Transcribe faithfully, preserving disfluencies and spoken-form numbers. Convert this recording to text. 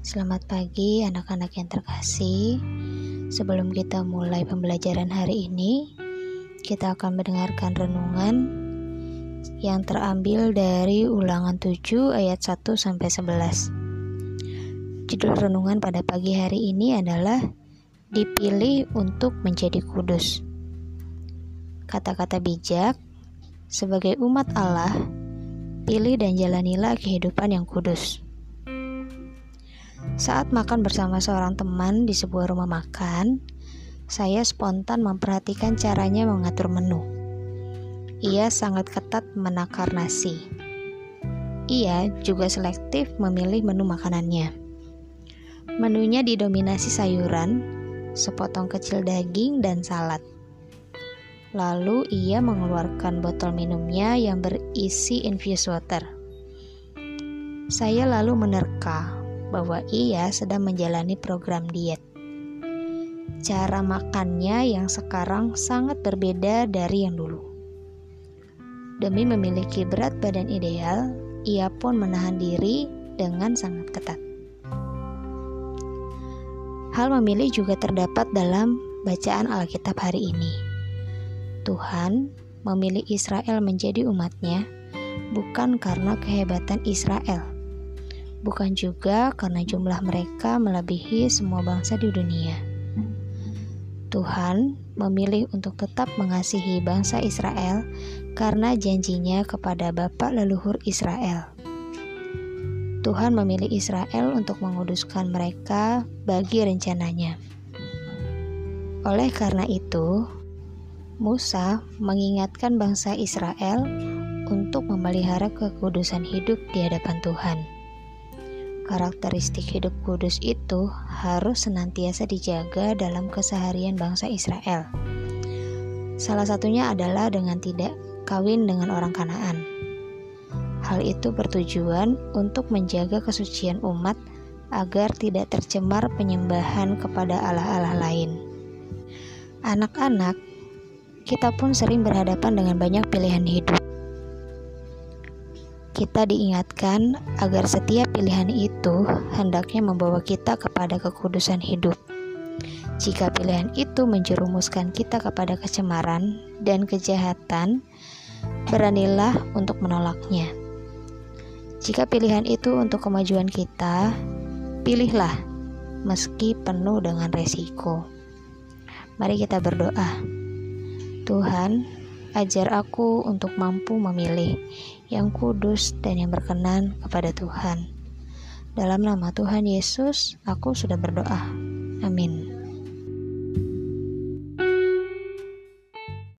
Selamat pagi anak-anak yang terkasih. Sebelum kita mulai pembelajaran hari ini, kita akan mendengarkan renungan yang terambil dari Ulangan tujuh ayat satu sampai sebelas. Judul renungan pada pagi hari ini adalah Dipilih untuk menjadi kudus. Kata-kata bijak, sebagai umat Allah, pilih dan jalanilah kehidupan yang kudus. Saat makan bersama seorang teman di sebuah rumah makan, saya spontan memperhatikan caranya mengatur menu. Ia sangat ketat menakar nasi. Ia juga selektif memilih menu makanannya. Menunya didominasi sayuran, sepotong kecil daging, dan salad. Lalu ia mengeluarkan botol minumnya yang berisi infused water. Saya lalu menerka bahwa ia sedang menjalani program diet. Cara makannya yang sekarang sangat berbeda dari yang dulu. Demi memiliki berat badan ideal, ia pun menahan diri dengan sangat ketat. Hal memilih juga terdapat dalam bacaan Alkitab hari ini. Tuhan memilih Israel menjadi umatnya bukan karena kehebatan Israel, bukan juga karena jumlah mereka melebihi semua bangsa di dunia. Tuhan memilih untuk tetap mengasihi bangsa Israel karena janjinya kepada bapa leluhur Israel. Tuhan memilih Israel untuk menguduskan mereka bagi rencananya. Oleh karena itu, Musa mengingatkan bangsa Israel untuk memelihara kekudusan hidup di hadapan Tuhan. Karakteristik hidup kudus itu harus senantiasa dijaga dalam keseharian bangsa Israel. Salah satunya adalah dengan tidak kawin dengan orang Kanaan. Hal itu bertujuan untuk menjaga kesucian umat agar tidak tercemar penyembahan kepada allah-allah lain. Anak-anak, kita pun sering berhadapan dengan banyak pilihan hidup. Kita diingatkan agar setiap pilihan itu hendaknya membawa kita kepada kekudusan hidup. Jika pilihan itu menjerumuskan kita kepada kecemaran dan kejahatan, beranilah untuk menolaknya. Jika pilihan itu untuk kemajuan kita, pilihlah meski penuh dengan resiko. Mari kita berdoa. Tuhan, ajar aku untuk mampu memilih yang kudus dan yang berkenan kepada Tuhan. Dalam nama Tuhan Yesus, aku sudah berdoa. Amin.